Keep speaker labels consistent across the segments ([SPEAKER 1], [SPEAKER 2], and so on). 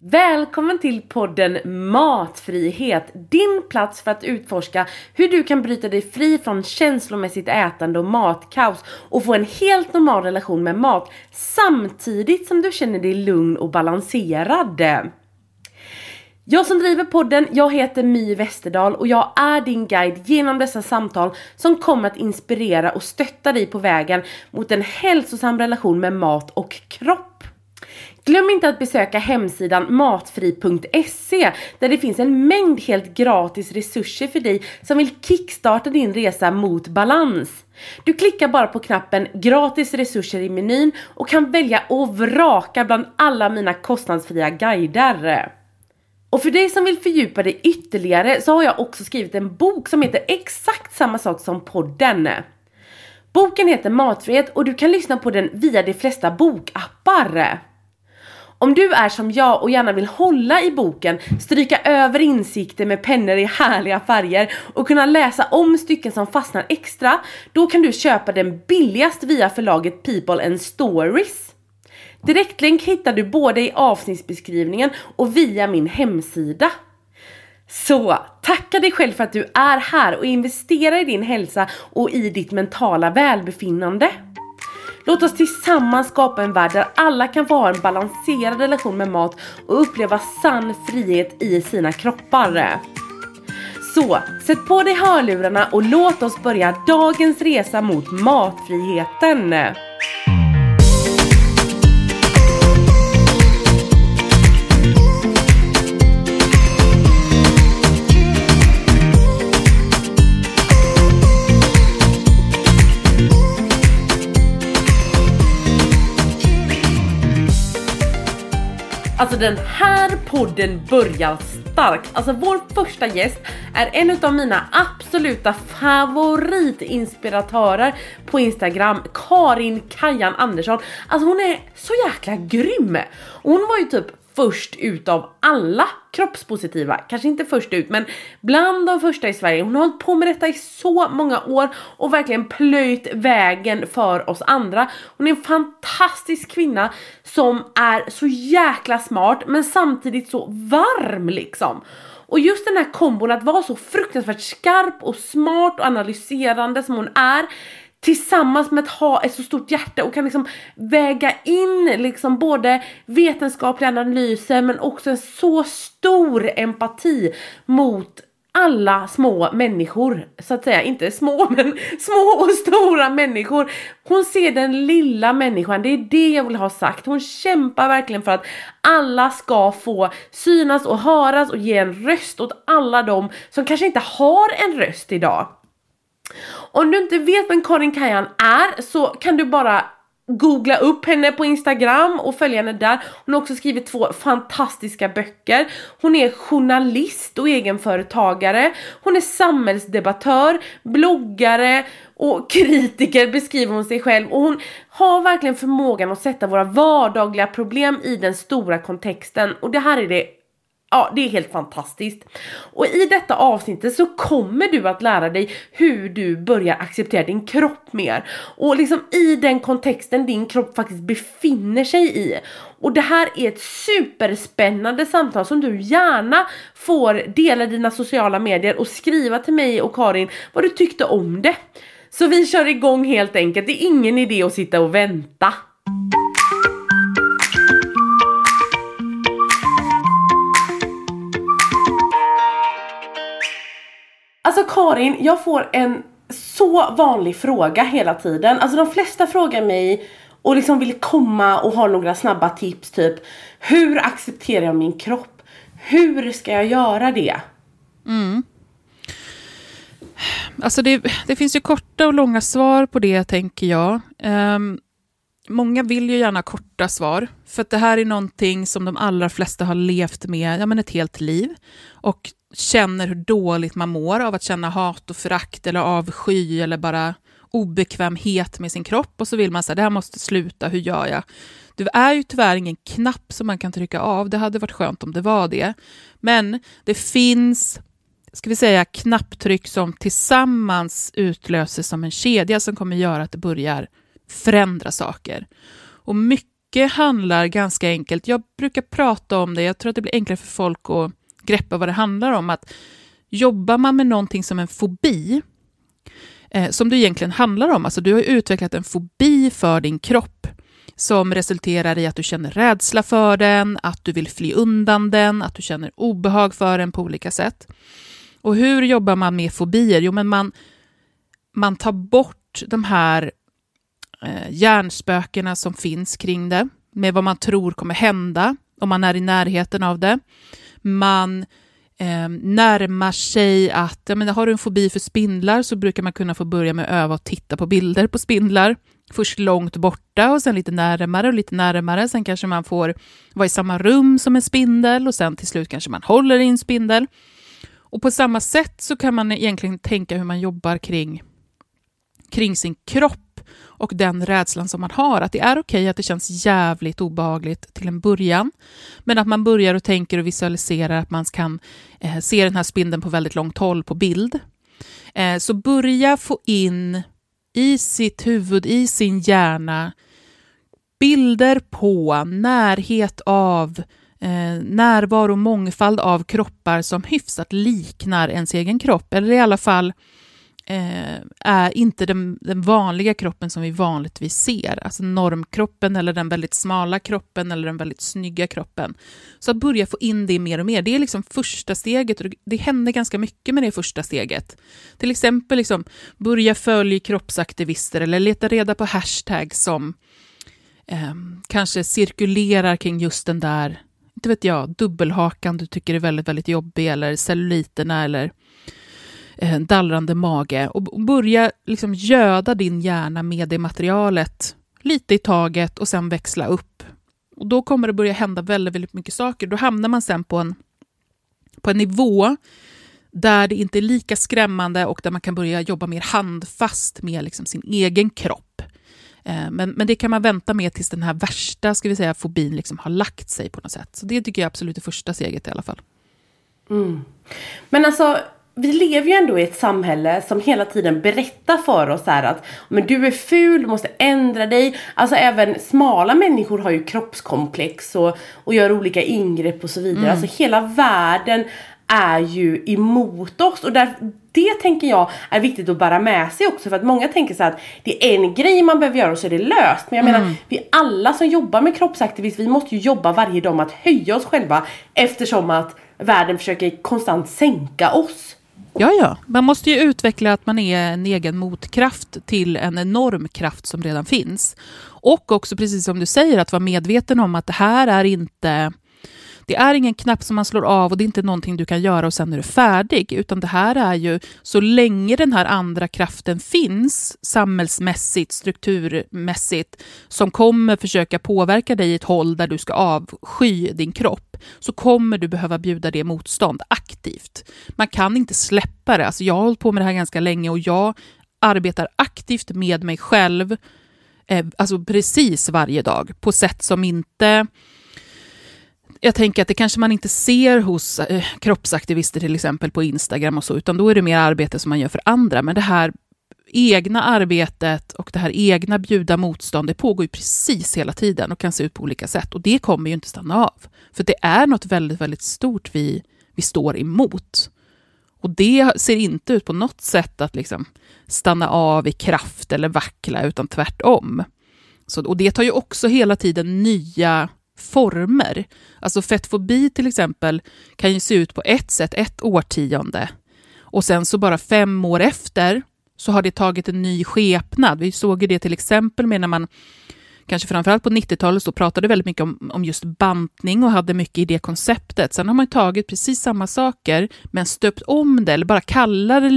[SPEAKER 1] Välkommen till podden Matfrihet, din plats för att utforska hur du kan bryta dig fri från känslomässigt ätande och matkaos och få en helt normal relation med mat samtidigt som du känner dig lugn och balanserad. Jag som driver podden, jag heter My Westerdahl och jag är din guide genom dessa samtal som kommer att inspirera och stötta dig på vägen mot en hälsosam relation med mat och kropp. Glöm inte att besöka hemsidan matfri.se där det finns en mängd helt gratis resurser för dig som vill kickstarta din resa mot balans. Du klickar bara på knappen gratis resurser i menyn och kan välja och vraka bland alla mina kostnadsfria guider. Och för dig som vill fördjupa dig ytterligare så har jag också skrivit en bok som heter exakt samma sak som podden. Boken heter Matfrihet och du kan lyssna på den via de flesta bokappar. Om du är som jag och gärna vill hålla i boken, stryka över insikter med pennor i härliga färger och kunna läsa om stycken som fastnar extra, då kan du köpa den billigast via förlaget People and Stories. Direktlänk hittar du både i avsnittsbeskrivningen och via min hemsida. Så tacka dig själv för att du är här och investerar i din hälsa och i ditt mentala välbefinnande. Låt oss tillsammans skapa en värld där alla kan få ha en balanserad relation med mat och uppleva sann frihet i sina kroppar. Så, sätt på dig hörlurarna och låt oss börja dagens resa mot matfriheten. Alltså den här podden börjar starkt. Alltså vår första gäst är en av mina absoluta favoritinspiratörer på Instagram, Karin Kajan Andersson. Alltså hon är så jäkla grym. Och hon var ju typ först ut av alla kroppspositiva. Kanske inte först ut, men bland de första i Sverige. Hon har hållit på med detta i så många år och verkligen plöjt vägen för oss andra. Hon är en fantastisk kvinna som är så jäkla smart men samtidigt så varm liksom. Och just den här kombon att vara så fruktansvärt skarp och smart och analyserande som hon är, tillsammans med att ha ett så stort hjärta och kan liksom väga in liksom både vetenskapliga analyser men också en så stor empati mot alla små människor, så att säga, inte små men små och stora människor. Hon ser den lilla människan, det är det jag vill ha sagt. Hon kämpar verkligen för att alla ska få synas och höras och ge en röst åt alla de som kanske inte har en röst idag. Om du inte vet vem Karin Kajan är så kan du bara googla upp henne på Instagram och följa henne där. Hon har också skrivit 2 fantastiska böcker. Hon är journalist och egenföretagare. Hon är samhällsdebattör, bloggare och kritiker beskriver hon sig själv. Och hon har verkligen förmågan att sätta våra vardagliga problem i den stora kontexten. Och det här är det. Ja, det är helt fantastiskt. Och i detta avsnittet så kommer du att lära dig hur du börjar acceptera din kropp mer. Och liksom i den kontexten din kropp faktiskt befinner sig i. Och det här är ett superspännande samtal som du gärna får dela i dina sociala medier och skriva till mig och Karin vad du tyckte om det. Så vi kör igång helt enkelt. Det är ingen idé att sitta och vänta. Alltså Karin, jag får en så vanlig fråga hela tiden. Alltså de flesta frågar mig och liksom vill komma och ha några snabba tips typ. Hur accepterar jag min kropp? Hur ska jag göra det?
[SPEAKER 2] Alltså det finns ju korta och långa svar på det, tänker jag. Många vill ju gärna korta svar. För att det här är någonting som de allra flesta har levt med ett helt liv. Och känner hur dåligt man mår av att känna hat och förakt eller avsky eller bara obekvämhet med sin kropp. Och så vill man säga, det här måste sluta, hur gör jag? Det är ju tyvärr ingen knapp som man kan trycka av. Det hade varit skönt om det var det. Men det finns, ska vi säga, knapptryck som tillsammans utlöser som en kedja som kommer göra att det börjar förändra saker. Och mycket mycket handlar ganska enkelt. Jag brukar prata om det. Jag tror att det blir enklare för folk att greppa vad det handlar om. Att jobbar man med någonting som en fobi, som det egentligen handlar om. Alltså du har utvecklat en fobi för din kropp som resulterar i att du känner rädsla för den, att du vill fly undan den, att du känner obehag för den på olika sätt. Och hur jobbar man med fobier? Jo, men man tar bort de här hjärnspökena som finns kring det, med vad man tror kommer hända om man är i närheten av det. Man närmar sig att, har du en fobi för spindlar så brukar man kunna få börja med att öva och titta på bilder på spindlar. Först långt borta och sen lite närmare och lite närmare. Sen kanske man får vara i samma rum som en spindel och sen till slut kanske man håller i en spindel. Och på samma sätt så kan man egentligen tänka hur man jobbar kring sin kropp och den rädslan som man har. Att det är okej att det känns jävligt obehagligt till en början. Men att man börjar och tänker och visualiserar att man kan se den här spindeln på väldigt långt håll på bild. Så börja få in i sitt huvud, i sin hjärna, bilder på närhet av närvaro och mångfald av kroppar som hyfsat liknar ens egen kropp. Eller i alla fall är inte den vanliga kroppen som vi vanligtvis ser. Alltså normkroppen eller den väldigt smala kroppen eller den väldigt snygga kroppen. Så att börja få in det mer och mer. Det är liksom första steget och det händer ganska mycket med det första steget. Till exempel liksom börja följa kroppsaktivister eller leta reda på hashtags som kanske cirkulerar kring just den där, inte vet jag, dubbelhakan du tycker är väldigt, väldigt jobbig eller celluliterna eller dallrande mage och börja liksom göda din hjärna med det materialet lite i taget och sen växla upp. Och då kommer det börja hända väldigt, väldigt mycket saker. Då hamnar man sen på en nivå där det inte är lika skrämmande och där man kan börja jobba mer handfast med liksom sin egen kropp. Men det kan man vänta med tills den här värsta, ska vi säga, fobin liksom har lagt sig på något sätt. Så det tycker jag absolut är första steget i alla fall.
[SPEAKER 1] Mm. Men alltså, vi lever ju ändå i ett samhälle som hela tiden berättar för oss här att men du är ful, du måste ändra dig. Alltså även smala människor har ju kroppskomplex och gör olika ingrepp och så vidare. Alltså hela världen är ju emot oss. Och det tänker jag är viktigt att bära med sig också. För att många tänker så här att det är en grej man behöver göra och så är det löst. Men jag menar, vi alla som jobbar med kroppsaktivism, vi måste ju jobba varje dag med att höja oss själva. Eftersom att världen försöker konstant sänka oss.
[SPEAKER 2] Ja. Man måste ju utveckla att man är en egen motkraft till en enorm kraft som redan finns. Och också precis som du säger att vara medveten om att det här är inte... Det är ingen knapp som man slår av och det är inte någonting du kan göra och sen är du färdig. Utan det här är ju så länge den här andra kraften finns samhällsmässigt, strukturmässigt som kommer försöka påverka dig i ett håll där du ska avsky din kropp så kommer du behöva bjuda det motstånd aktivt. Man kan inte släppa det. Alltså jag har hållit på med det här ganska länge och jag arbetar aktivt med mig själv alltså precis varje dag på sätt som inte... Jag tänker att det kanske man inte ser hos kroppsaktivister till exempel på Instagram och så, utan då är det mer arbete som man gör för andra. Men det här egna arbetet och det här egna bjuda motstånd, det pågår ju precis hela tiden och kan se ut på olika sätt. Och det kommer ju inte stanna av. För det är något väldigt, väldigt stort vi står emot. Och det ser inte ut på något sätt att liksom stanna av i kraft eller vackla, utan tvärtom. Och det tar ju också hela tiden nya former. Alltså fettfobi till exempel kan ju se ut på ett sätt, ett årtionde. Och sen så bara 5 år efter så har det tagit en ny skepnad. Vi såg ju det till exempel med när man, kanske framförallt på 90-talet så pratade väldigt mycket om just bantning och hade mycket i det konceptet. Sen har man tagit precis samma saker men stöpt om det eller bara kallar det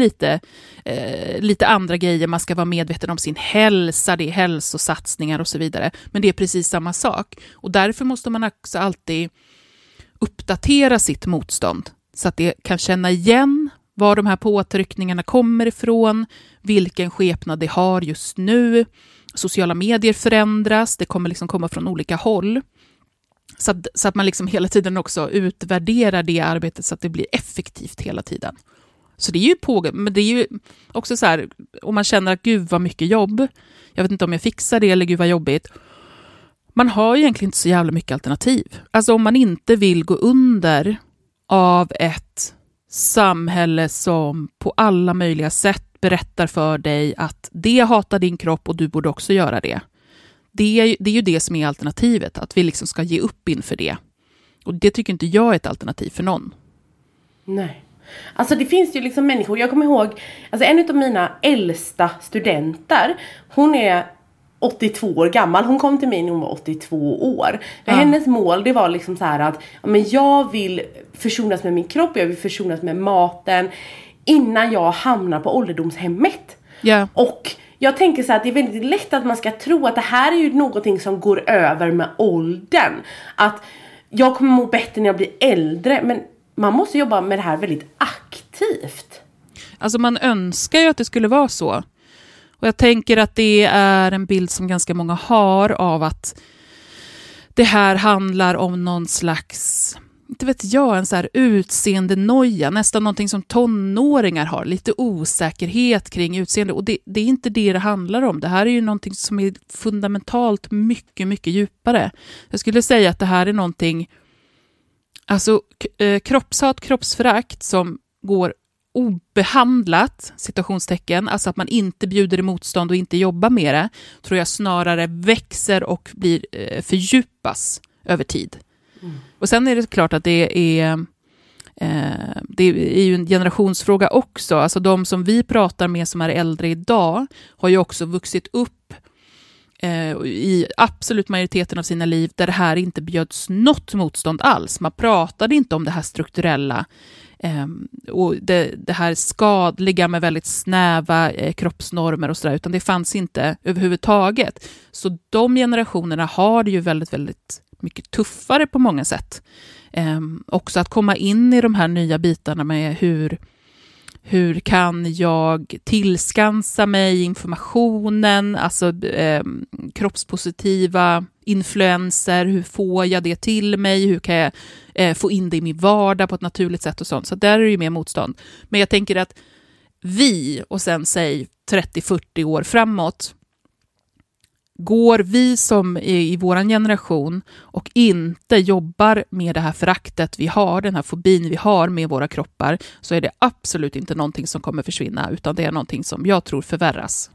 [SPEAKER 2] lite andra grejer. Man ska vara medveten om sin hälsa, det är hälsosatsningar och så vidare. Men det är precis samma sak. Och därför måste man också alltid uppdatera sitt motstånd så att det kan känna igen var de här påtryckningarna kommer ifrån, vilken skepnad det har just nu. Sociala medier förändras, det kommer liksom komma från olika håll. Så att man liksom hela tiden också utvärderar det arbetet så att det blir effektivt hela tiden. Så det är ju men det är ju också så här, om man känner att gud vad mycket jobb, jag vet inte om jag fixar det eller gud vad jobbigt. man har ju egentligen inte så jävla mycket alternativ. Alltså om man inte vill gå under av ett samhälle som på alla möjliga sätt berättar för dig att det hatar din kropp och du borde också göra det. Det är ju det som är alternativet, att vi liksom ska ge upp inför det. Och det tycker inte jag är ett alternativ för någon.
[SPEAKER 1] Nej. Alltså det finns ju liksom människor, jag kommer ihåg, alltså en av mina äldsta studenter, hon är 82 år gammal, hon kom till mig när hon var 82 år. Hennes mål, det var liksom så här att men jag vill försonas med min kropp, jag vill försonas med maten innan jag hamnar på ålderdomshemmet.
[SPEAKER 2] Yeah.
[SPEAKER 1] Och jag tänker så här att det är väldigt lätt att man ska tro att det här är ju någonting som går över med åldern. Att jag kommer må bättre när jag blir äldre, men man måste jobba med det här väldigt aktivt.
[SPEAKER 2] Alltså man önskar ju att det skulle vara så. Och jag tänker att det är en bild som ganska många har av att det här handlar om någon slags, inte vet jag, en så här utseendenoja. Nästan någonting som tonåringar har. Lite osäkerhet kring utseende. Och det är inte det handlar om. Det här är ju någonting som är fundamentalt mycket, mycket djupare. Jag skulle säga att det här är någonting, alltså kroppshat, kroppsförakt som går obehandlat, citationstecken, alltså att man inte bjuder i motstånd och inte jobbar med det, tror jag snarare växer och blir fördjupas över tid. Och sen är det klart att det är ju en generationsfråga också. Alltså de som vi pratar med som är äldre idag har ju också vuxit upp i absolut majoriteten av sina liv där det här inte bjöds något motstånd alls. Man pratade inte om det här strukturella och det här skadliga med väldigt snäva kroppsnormer och sådär, utan det fanns inte överhuvudtaget. Så de generationerna har det ju väldigt, väldigt mycket tuffare på många sätt. Också att komma in i de här nya bitarna med hur kan jag tillskansa mig informationen, alltså kroppspositiva influenser, hur får jag det till mig, hur kan jag få in det i min vardag på ett naturligt sätt och sånt. Så där är det ju mer motstånd. Men jag tänker att vi, och sen säg 30-40 år framåt, går vi som i våran generation och inte jobbar med det här föraktet vi har, den här fobin vi har med våra kroppar, så är det absolut inte någonting som kommer försvinna, utan det är någonting som jag tror förvärras.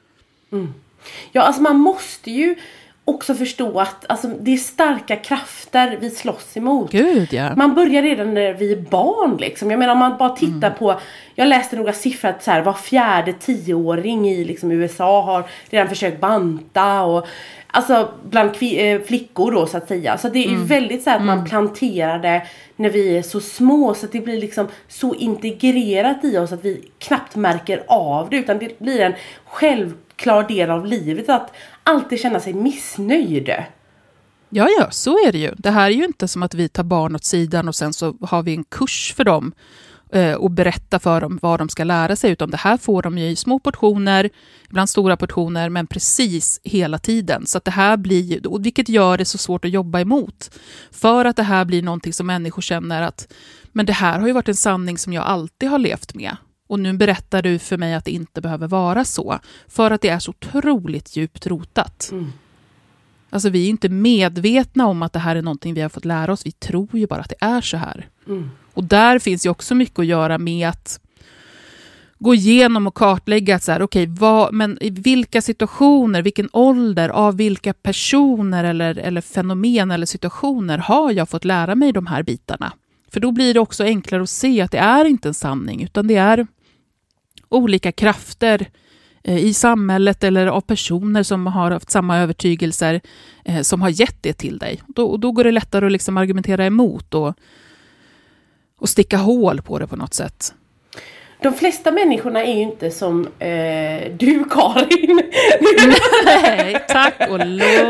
[SPEAKER 1] Ja, alltså man måste ju också förstå att alltså, det är starka krafter vi slåss emot.
[SPEAKER 2] Gud, ja.
[SPEAKER 1] Man börjar redan när vi är barn liksom. Jag menar om man bara tittar på, jag läste några siffror att så här, var 4:e 10-åring i liksom, USA har redan försökt banta och alltså bland flickor då så att säga. Så det är väldigt så här att man planterar det när vi är så små, så att det blir liksom så integrerat i oss att vi knappt märker av det, utan det blir en självklar del av livet att alltid känna sig missnöjd.
[SPEAKER 2] Ja, så är det ju. Det här är ju inte som att vi tar barn åt sidan och sen så har vi en kurs för dem och berättar för dem vad de ska lära sig, utan det här får de ju i små portioner, ibland stora portioner, men precis hela tiden. Så att det här blir, vilket gör det så svårt att jobba emot. För att det här blir någonting som människor känner att, men det här har ju varit en sanning som jag alltid har levt med. Och nu berättar du för mig att det inte behöver vara så. För att det är så otroligt djupt rotat. Alltså vi är inte medvetna om att det här är någonting vi har fått lära oss. Vi tror ju bara att det är så här. Och där finns ju också mycket att göra med att gå igenom och kartlägga att så här, okej, men i vilka situationer, vilken ålder, av vilka personer eller fenomen eller situationer har jag fått lära mig de här bitarna. För då blir det också enklare att se att det är inte en sanning, utan det är olika krafter i samhället eller av personer som har haft samma övertygelser som har gett det till dig. Då går det lättare att liksom argumentera emot och sticka hål på det på något sätt.
[SPEAKER 1] De flesta människorna är ju inte som du, Karin.
[SPEAKER 2] Nej, tack och lov.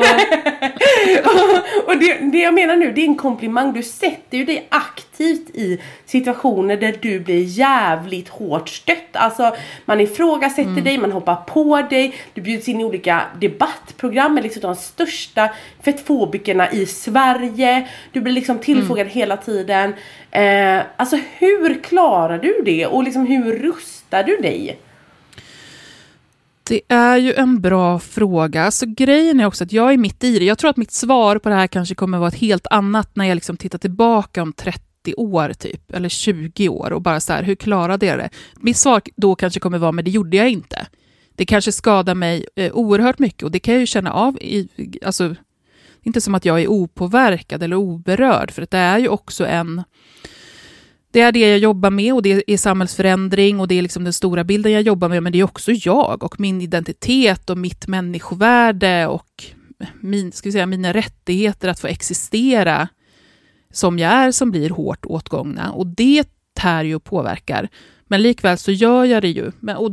[SPEAKER 1] Och det jag menar nu, det är en komplimang. Du sätter ju dig aktivt i situationer där du blir jävligt hårt stött. Alltså man ifrågasätter dig, man hoppar på dig. Du bjuds in i olika debattprogram med liksom de största fettfobikerna i Sverige. Du blir liksom tillfrågad hela tiden. Alltså hur klarar du det? Och liksom hur rustar du dig?
[SPEAKER 2] Det är ju en bra fråga. Så grejen är också att jag är mitt i det. Jag tror att mitt svar på det här kanske kommer vara ett helt annat när jag liksom tittar tillbaka om 30 år typ, eller 20 år och bara så här, hur klarade jag det? Mitt svar då kanske kommer vara, men det gjorde jag inte. Det kanske skadar mig oerhört mycket och det kan jag ju känna av alltså, inte som att jag är opåverkad eller oberörd, för att det är ju också det är det jag jobbar med och det är samhällsförändring och det är liksom den stora bilden jag jobbar med, men det är också jag och min identitet och mitt människovärde och mina rättigheter att få existera som jag är, som blir hårt åtgångna, och det tär ju och påverkar. Men likväl så gör jag det ju.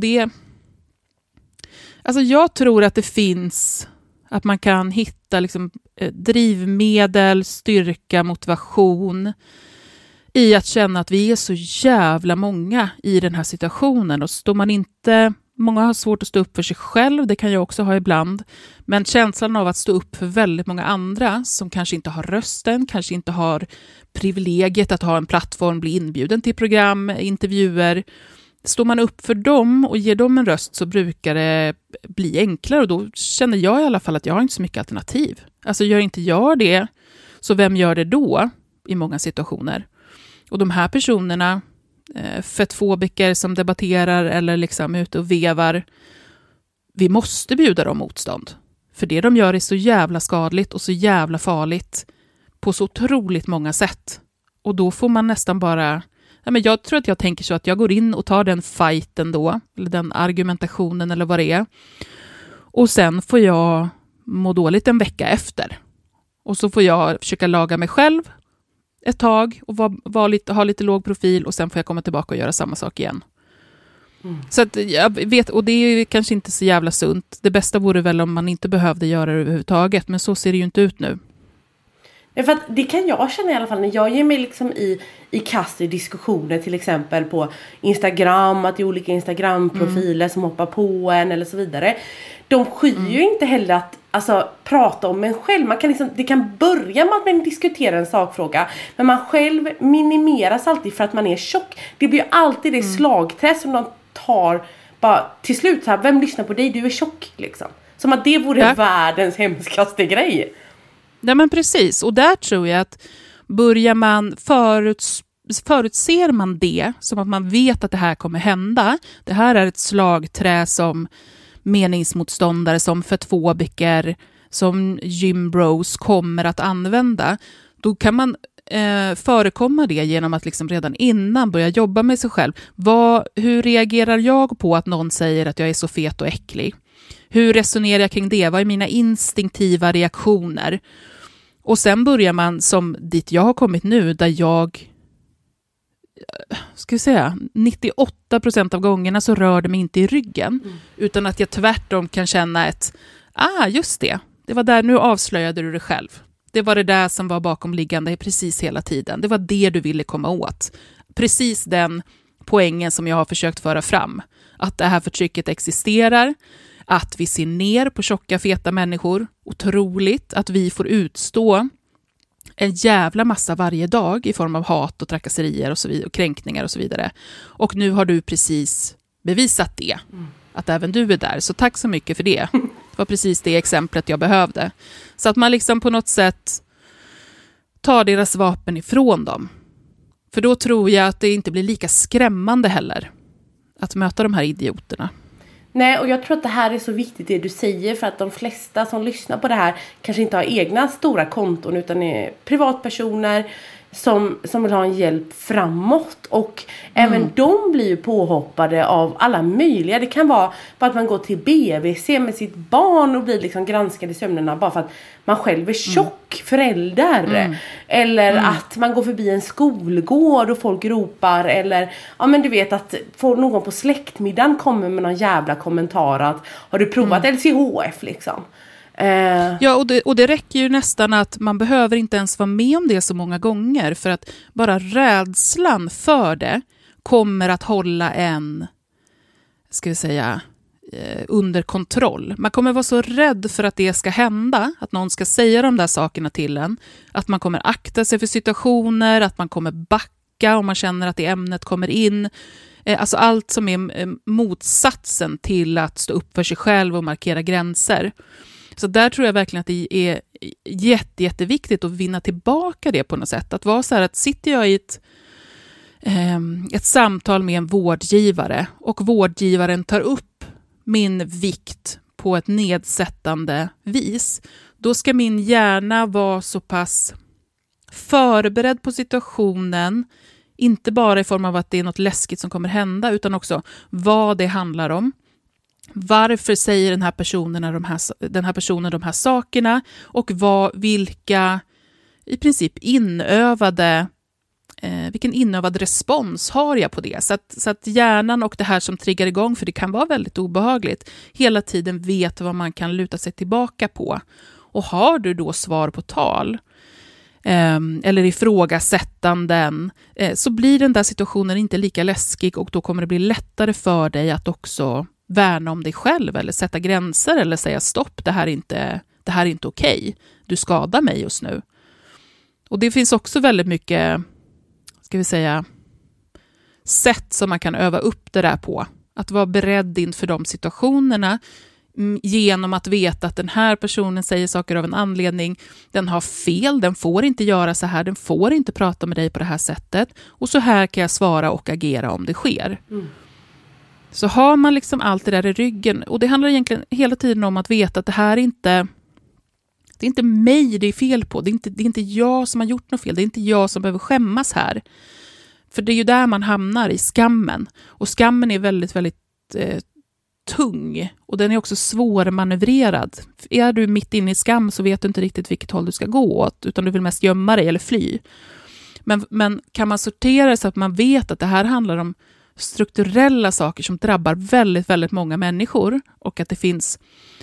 [SPEAKER 2] Alltså jag tror att det finns, att man kan hitta liksom drivmedel, styrka, motivation i att känna att vi är så jävla många i den här situationen, och står man inte, många har svårt att stå upp för sig själv, det kan jag också ha ibland, men känslan av att stå upp för väldigt många andra som kanske inte har rösten, kanske inte har privilegiet att ha en plattform, bli inbjuden till program, intervjuer. Står man upp för dem och ger dem en röst så brukar det bli enklare, och då känner jag i alla fall att jag har inte så mycket alternativ. Alltså gör inte jag det, så vem gör det då i många situationer? Och de här personerna, fettfobiker som debatterar eller liksom ute och vevar, vi måste bjuda dem motstånd. För det de gör är så jävla skadligt och så jävla farligt på så otroligt många sätt. Och då får man nästan bara... men jag tror att jag tänker så att jag går in och tar den fighten då, eller den argumentationen eller vad det är. Och sen får jag må dåligt en vecka efter. Och så får jag försöka laga mig själv ett tag och ha lite låg profil, och sen får jag komma tillbaka och göra samma sak igen. Så att jag vet, och det är ju kanske inte så jävla sunt. Det bästa vore väl om man inte behövde göra det överhuvudtaget, men så ser det ju inte ut nu.
[SPEAKER 1] Ja, för att det kan jag känna i alla fall när jag ger mig liksom i kast i diskussioner, till exempel på Instagram, att det är olika Instagram-profiler som hoppar på en eller så vidare. De skyr ju inte heller att prata om en själv. Man kan liksom, det kan börja med att man diskuterar en sakfråga, men man själv minimeras alltid för att man är tjock. Det blir ju alltid det slagträ som de tar bara till slut så här, vem lyssnar på dig? Du är tjock liksom. Som att det vore världens hemskaste grej.
[SPEAKER 2] Ja, men precis. Och där tror jag att börjar man förutser man det, som att man vet att det här kommer hända. Det här är ett slagträ som meningsmotståndare, som fettfobiker, som gymbros kommer att använda. Då kan man förekomma det genom att liksom redan innan börja jobba med sig själv. Hur reagerar jag på att någon säger att jag är så fet och äcklig? Hur resonerar jag kring det? Vad är mina instinktiva reaktioner? Och sen börjar man som dit jag har kommit nu, där jag, ska vi säga, 98% av gångerna så rör det mig inte i ryggen, utan att jag tvärtom kan känna just det var där, nu avslöjade du det själv. Det var det där som var bakomliggande precis hela tiden. Det var det du ville komma åt. Precis den poängen som jag har försökt föra fram. Att det här förtrycket existerar. Att vi ser ner på tjocka, feta människor. Otroligt att vi får utstå en jävla massa varje dag i form av hat och trakasserier och så vidare, och kränkningar och så vidare. Och nu har du precis bevisat det. Att även du är där. Så tack så mycket för det. Det var precis det exemplet jag behövde. Så att man liksom på något sätt tar deras vapen ifrån dem. För då tror jag att det inte blir lika skrämmande heller att möta de här idioterna.
[SPEAKER 1] Nej, och jag tror att det här är så viktigt det du säger, för att de flesta som lyssnar på det här kanske inte har egna stora konton, utan är privatpersoner som vill ha en hjälp framåt, och även de blir ju påhoppade av alla möjliga. Det kan vara för att man går till BVC med sitt barn och blir liksom granskad i sömnerna bara för att man själv är tjock förälder. Eller att man går förbi en skolgård och folk ropar, eller ja, men du vet att får någon på släktmiddagen kommer med någon jävla kommentar att har du provat LCHF liksom.
[SPEAKER 2] Ja, och det räcker ju nästan att man behöver inte ens vara med om det så många gånger, för att bara rädslan för det kommer att hålla under kontroll. Man kommer vara så rädd för att det ska hända, att någon ska säga de där sakerna till en, att man kommer akta sig för situationer, att man kommer backa backa om man känner att det ämnet kommer in. Alltså allt som är motsatsen till att stå upp för sig själv och markera gränser. Så där tror jag verkligen att det är jätteviktigt att vinna tillbaka det på något sätt. Att vara så här att sitter jag i ett samtal med en vårdgivare och vårdgivaren tar upp min vikt på ett nedsättande vis, då ska min hjärna vara så pass förberedd på situationen, inte bara i form av att det är något läskigt som kommer hända, utan också vad det handlar om. Varför säger den här personen de här sakerna och vilka i princip vilken inövad respons har jag på det? Så att hjärnan och det här som triggar igång, för det kan vara väldigt obehagligt, hela tiden vet vad man kan luta sig tillbaka på. Och har du då svar på tal eller ifrågasättanden, så blir den där situationen inte lika läskig, och då kommer det bli lättare för dig att också värna om dig själv eller sätta gränser eller säga stopp, det här är inte okej. Du skadar mig just nu. Och det finns också väldigt mycket, ska vi säga, sätt som man kan öva upp det där på. Att vara beredd inför de situationerna genom att veta att den här personen säger saker av en anledning. Den har fel, den får inte göra så här, den får inte prata med dig på det här sättet. Och så här kan jag svara och agera om det sker. Mm. Så har man liksom allt det där i ryggen, och det handlar egentligen hela tiden om att veta att det här det är inte mig det är fel på. Det är inte jag som har gjort något fel. Det är inte jag som behöver skämmas här. För det är ju där man hamnar, i skammen. Och skammen är väldigt, väldigt tung. Och den är också svårmanövrerad. Är du mitt inne i skam så vet du inte riktigt vilket håll du ska gå åt. Utan du vill mest gömma dig eller fly. Men kan man sortera så att man vet att det här handlar om strukturella saker som drabbar väldigt, väldigt många människor. Och att det finns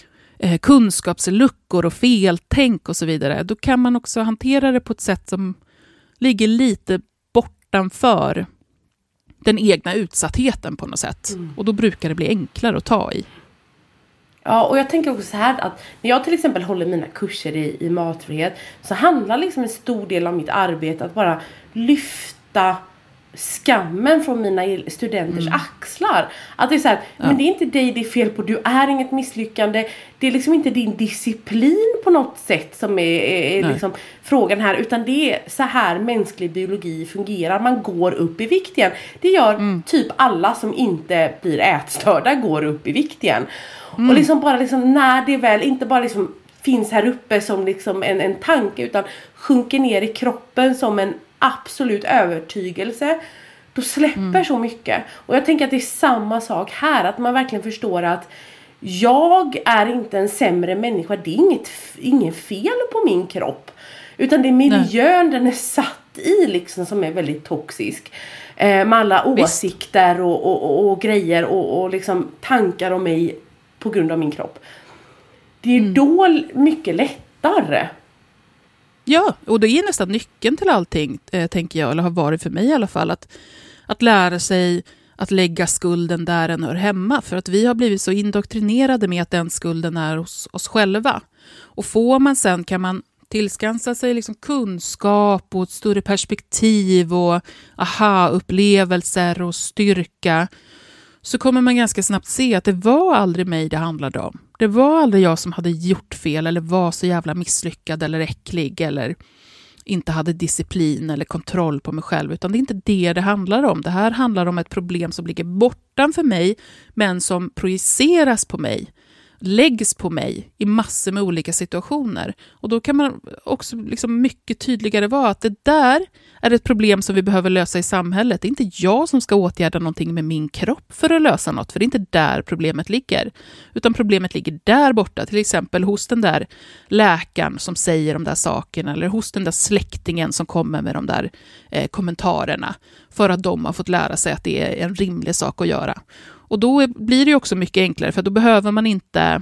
[SPEAKER 2] kunskapsluckor och feltänk och så vidare, då kan man också hantera det på ett sätt som ligger lite bortanför den egna utsattheten på något sätt. Och då brukar det bli enklare att ta i.
[SPEAKER 1] Ja, och jag tänker också så här att när jag till exempel håller mina kurser i matfrihet, så handlar liksom en stor del av mitt arbete att bara lyfta skammen från mina studenters axlar. Att det är så här, men det är inte dig det är fel på, du är inget misslyckande. Det är liksom inte din disciplin på något sätt som är liksom frågan här, utan det är så här mänsklig biologi fungerar. Man går upp i vikt igen. Det gör typ alla som inte blir ätstörda går upp i vikt igen. Och liksom bara liksom, när det väl inte bara liksom finns här uppe som liksom en tanke, utan sjunker ner i kroppen som en absolut övertygelse, då släpper så mycket. Och jag tänker att det är samma sak här, att man verkligen förstår att jag är inte en sämre människa, det är ingen fel på min kropp, utan det är miljön den är satt i liksom som är väldigt toxisk, med alla åsikter och grejer och liksom tankar om mig på grund av min kropp. Det är då mycket lättare.
[SPEAKER 2] Ja, och det är nästan nyckeln till allting, tänker jag, eller har varit för mig i alla fall, att lära sig att lägga skulden där den hör hemma. För att vi har blivit så indoktrinerade med att den skulden är hos oss själva. Och får man sen, kan man tillskansa sig liksom kunskap och ett större perspektiv och aha-upplevelser och styrka, så kommer man ganska snabbt se att det var aldrig mig det handlade om. Det var aldrig jag som hade gjort fel eller var så jävla misslyckad eller äcklig eller inte hade disciplin eller kontroll på mig själv, utan det är inte det handlar om. Det här handlar om ett problem som ligger bortanför mig, men som projiceras på mig, läggs på mig i massor med olika situationer. Och då kan man också liksom mycket tydligare vara att det där är ett problem som vi behöver lösa i samhället. Det är inte jag som ska åtgärda någonting med min kropp för att lösa något, för det är inte där problemet ligger. Utan problemet ligger där borta, till exempel hos den där läkaren som säger de där sakerna, eller hos den där släktingen som kommer med de där kommentarerna, för att de har fått lära sig att det är en rimlig sak att göra. Och då blir det ju också mycket enklare, för då behöver man inte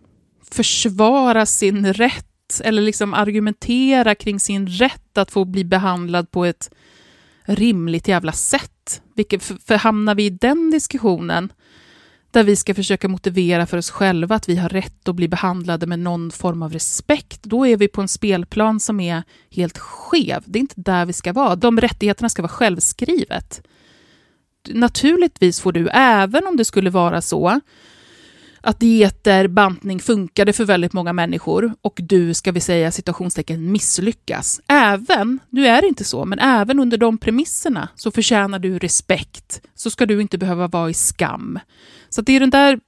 [SPEAKER 2] försvara sin rätt eller liksom argumentera kring sin rätt att få bli behandlad på ett rimligt jävla sätt. För hamnar vi i den diskussionen, där vi ska försöka motivera för oss själva att vi har rätt att bli behandlade med någon form av respekt, då är vi på en spelplan som är helt skev. Det är inte där vi ska vara. De rättigheterna ska vara självskrivet. Naturligtvis får du, även om det skulle vara så att dieter, bantning funkade för väldigt många människor och du, ska vi säga situationstecken, misslyckas. Nu är det inte så, men även under de premisserna så förtjänar du respekt. Så ska du inte behöva vara i skam. Så det är den där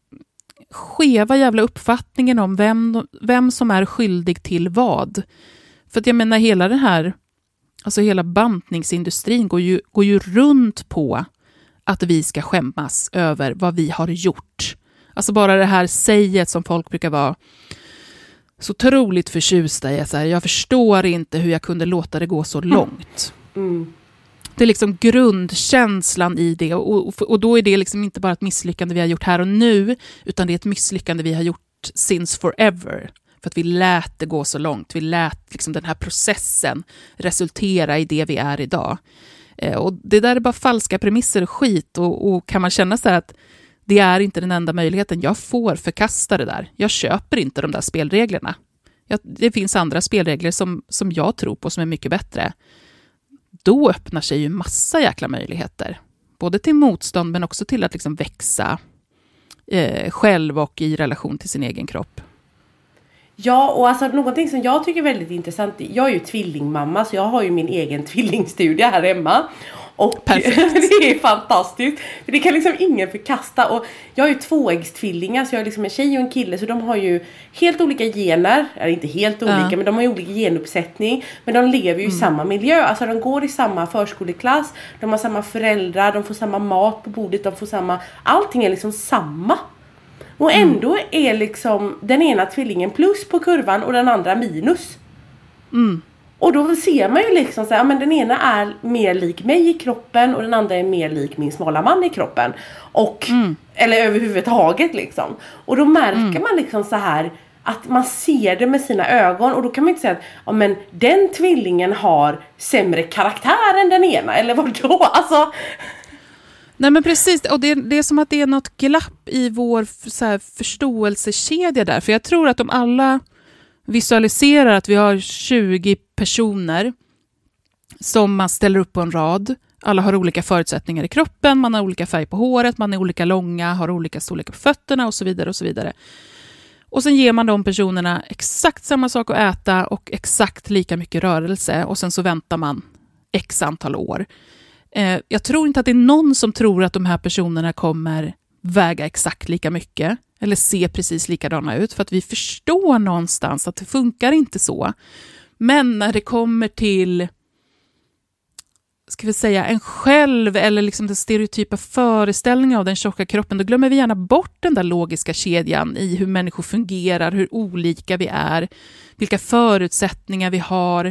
[SPEAKER 2] skeva jävla uppfattningen om vem som är skyldig till vad. För att jag menar hela den här, alltså hela bantningsindustrin går ju runt på att vi ska skämmas över vad vi har gjort. Alltså bara det här säget som folk brukar vara så otroligt förtjusta i. Så här, jag förstår inte hur jag kunde låta det gå så långt.
[SPEAKER 1] Mm.
[SPEAKER 2] Det är liksom grundkänslan i det. Och då är det liksom inte bara ett misslyckande vi har gjort här och nu, utan det är ett misslyckande vi har gjort since forever. För att vi lät det gå så långt. Vi lät liksom den här processen resultera i det vi är idag. Och det där är bara falska premisser och skit. Och kan man känna så här att det är inte den enda möjligheten. Jag får förkasta det där. Jag köper inte de där spelreglerna. Det finns andra spelregler som jag tror på som är mycket bättre. Då öppnar sig ju massa jäkla möjligheter. Både till motstånd men också till att liksom växa själv och i relation till sin egen kropp.
[SPEAKER 1] Ja, och alltså någonting som jag tycker är väldigt intressant. Jag är ju tvillingmamma, så jag har ju min egen tvillingstudie här hemma. Och det är fantastiskt. För det kan liksom ingen förkasta. Och jag har ju tvåäggstvillingar, så jag är liksom en tjej och en kille. Så de har ju helt olika gener. Eller inte helt olika, men de har ju olika genuppsättning. Men de lever ju i samma miljö. Alltså de går i samma förskoleklass. De har samma föräldrar. De får samma mat på bordet. De får samma... Allting är liksom samma. Och ändå är liksom den ena tvillingen plus på kurvan och den andra minus.
[SPEAKER 2] Mm.
[SPEAKER 1] Och då ser man ju liksom så här, ja, men den ena är mer lik mig i kroppen och den andra är mer lik min smala man i kroppen. Och, eller överhuvudtaget liksom. Och då märker man liksom så här att man ser det med sina ögon. Och då kan man inte säga att ja, men den tvillingen har sämre karaktär än den ena. Eller vadå? Alltså...
[SPEAKER 2] Nej men precis, och det är som att det är något glapp i vår så här, förståelsekedja där. För jag tror att om alla visualiserar att vi har 20 personer som man ställer upp på en rad. Alla har olika förutsättningar i kroppen, man har olika färg på håret, man är olika långa, har olika storlek på fötterna och så vidare och så vidare. Och sen ger man de personerna exakt samma sak att äta och exakt lika mycket rörelse och sen så väntar man x antal år. Jag tror inte att det är någon som tror att de här personerna kommer väga exakt lika mycket eller se precis likadana ut, för att vi förstår någonstans att det funkar inte så. Men när det kommer till, ska vi säga, en själv eller liksom den stereotypa föreställningen av den tjocka kroppen, då glömmer vi gärna bort den där logiska kedjan i hur människor fungerar, hur olika vi är, vilka förutsättningar vi har,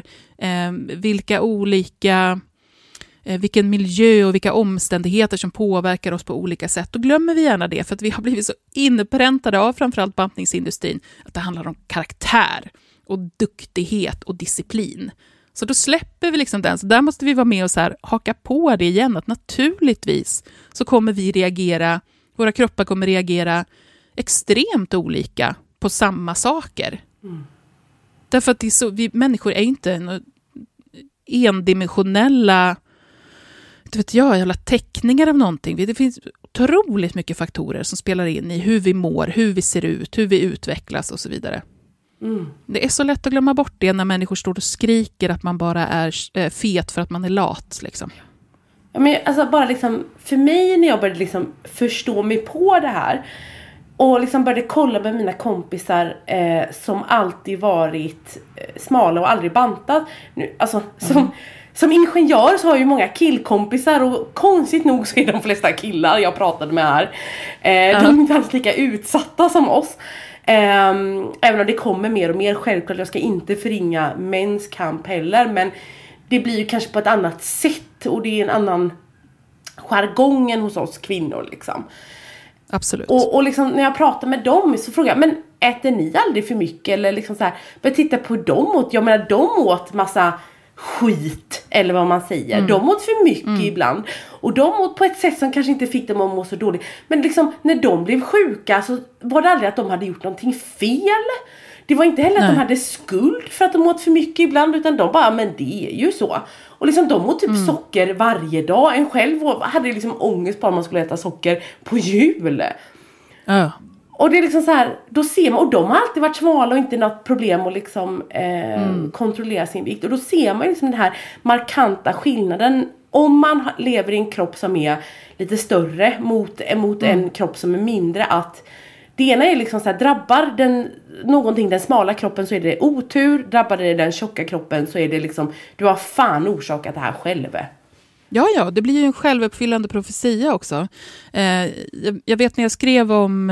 [SPEAKER 2] vilken miljö och vilka omständigheter som påverkar oss på olika sätt. Då glömmer vi gärna det, för att vi har blivit så inpräntade av framförallt bantningsindustrin att det handlar om karaktär och duktighet och disciplin. Så då släpper vi liksom den. Så där måste vi vara med och så här, haka på det igen, att naturligtvis så kommer vi reagera, våra kroppar kommer reagera extremt olika på samma saker. Därför att det är så, vi människor är inte endimensionella, inte vet jag, jävla teckningar av någonting. Det finns otroligt mycket faktorer som spelar in i hur vi mår, hur vi ser ut, hur vi utvecklas och så vidare. Det är så lätt att glömma bort det när människor står och skriker att man bara är fet för att man är lat liksom.
[SPEAKER 1] Ja, men alltså bara liksom, för mig när jag började liksom förstå mig på det här och liksom började kolla med mina kompisar som alltid varit smala och aldrig bantat. Nu, alltså, som ingenjör så har ju många killkompisar, och konstigt nog så är de flesta killar jag pratade med här. De är inte alls lika utsatta som oss. Även om det kommer mer och mer, självklart, jag ska inte förringa mäns kamp heller, men det blir ju kanske på ett annat sätt och det är en annan jargong än hos oss kvinnor liksom.
[SPEAKER 2] Absolut.
[SPEAKER 1] Och liksom när jag pratar med dem så frågar jag, men äter ni aldrig för mycket? Eller liksom så här, börja titta på dem åt, jag menar de åt massa skit, eller vad man säger. De åt för mycket ibland. Och de åt på ett sätt som kanske inte fick dem att må så dåligt. Men liksom, när de blev sjuka så var det aldrig att de hade gjort någonting fel. Det var inte heller att de hade skuld för att de åt för mycket ibland, utan de bara, men det är ju så. Och liksom de åt typ socker varje dag. En själv hade liksom ångest på om man skulle äta socker på jul. Och det är liksom så här, då ser man, och de har alltid varit smala och inte något problem att liksom kontrollera sin vikt. Och då ser man liksom den här markanta skillnaden om man lever i en kropp som är lite större mot en kropp som är mindre, att det ena är liksom så här, drabbar den smala kroppen så är det otur, drabbar det den tjocka kroppen så är det liksom, du har fan orsakat det här själv.
[SPEAKER 2] Ja, det blir ju en självuppfyllande profetia också. Jag vet när jag skrev om,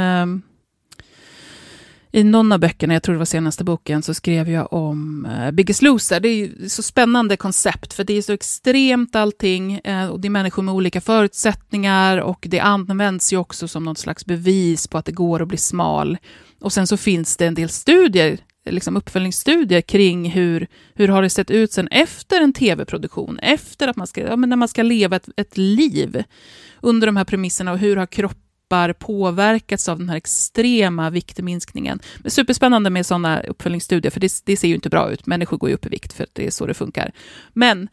[SPEAKER 2] i någon av böckerna, jag tror det var senaste boken, så skrev jag om Biggest Loser. Det är ju så spännande koncept, för det är så extremt allting, och det är människor med olika förutsättningar, och det används ju också som någon slags bevis på att det går att bli smal. Och sen så finns det en del studier, liksom uppföljningsstudier kring hur har det sett ut sen efter en tv-produktion, efter att man ska, när man ska leva ett liv under de här premisserna, och hur har kroppar påverkats av den här extrema viktminskningen. Det är superspännande med sådana uppföljningsstudier, för det ser ju inte bra ut. Människor går ju upp i vikt för att det är så det funkar. Men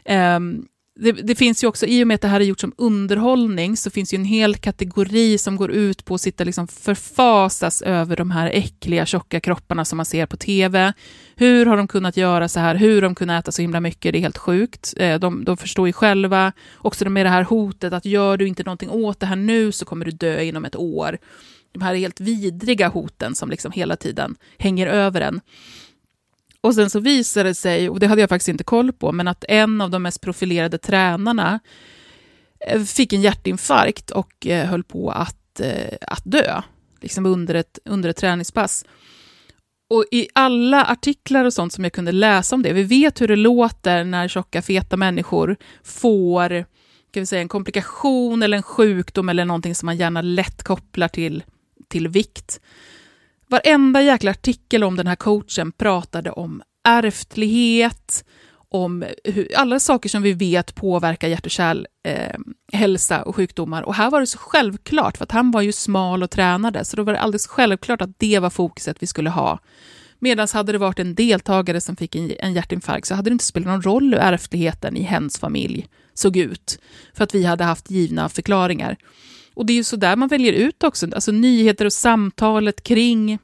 [SPEAKER 2] det finns ju också, i och med att det här är gjort som underhållning, så finns ju en hel kategori som går ut på att sitta liksom förfasas över de här äckliga, tjocka kropparna som man ser på tv. Hur har de kunnat göra så här? Hur har de kunnat äta så himla mycket? Det är helt sjukt. De förstår ju själva. Också med det här hotet att gör du inte någonting åt det här nu så kommer du dö inom ett år. De här helt vidriga hoten som liksom hela tiden hänger över en. Och sen så visade det sig, och det hade jag faktiskt inte koll på, men att en av de mest profilerade tränarna fick en hjärtinfarkt och höll på att dö liksom under ett träningspass. Och i alla artiklar och sånt som jag kunde läsa om det, vi vet hur det låter när tjocka, feta människor får, kan vi säga, en komplikation eller en sjukdom eller någonting som man gärna lätt kopplar till vikt. Varenda jäkla artikel om den här coachen pratade om ärftlighet, om alla saker som vi vet påverkar hjärt- och kärlhälsa och sjukdomar. Och här var det så självklart, för att han var ju smal och tränade, så då var det alldeles självklart att det var fokuset vi skulle ha. Medan hade det varit en deltagare som fick en hjärtinfarkt så hade det inte spelat någon roll hur ärftligheten i hens familj såg ut, för att vi hade haft givna förklaringar. Och det är ju så där man väljer ut också, alltså nyheter och samtalet kring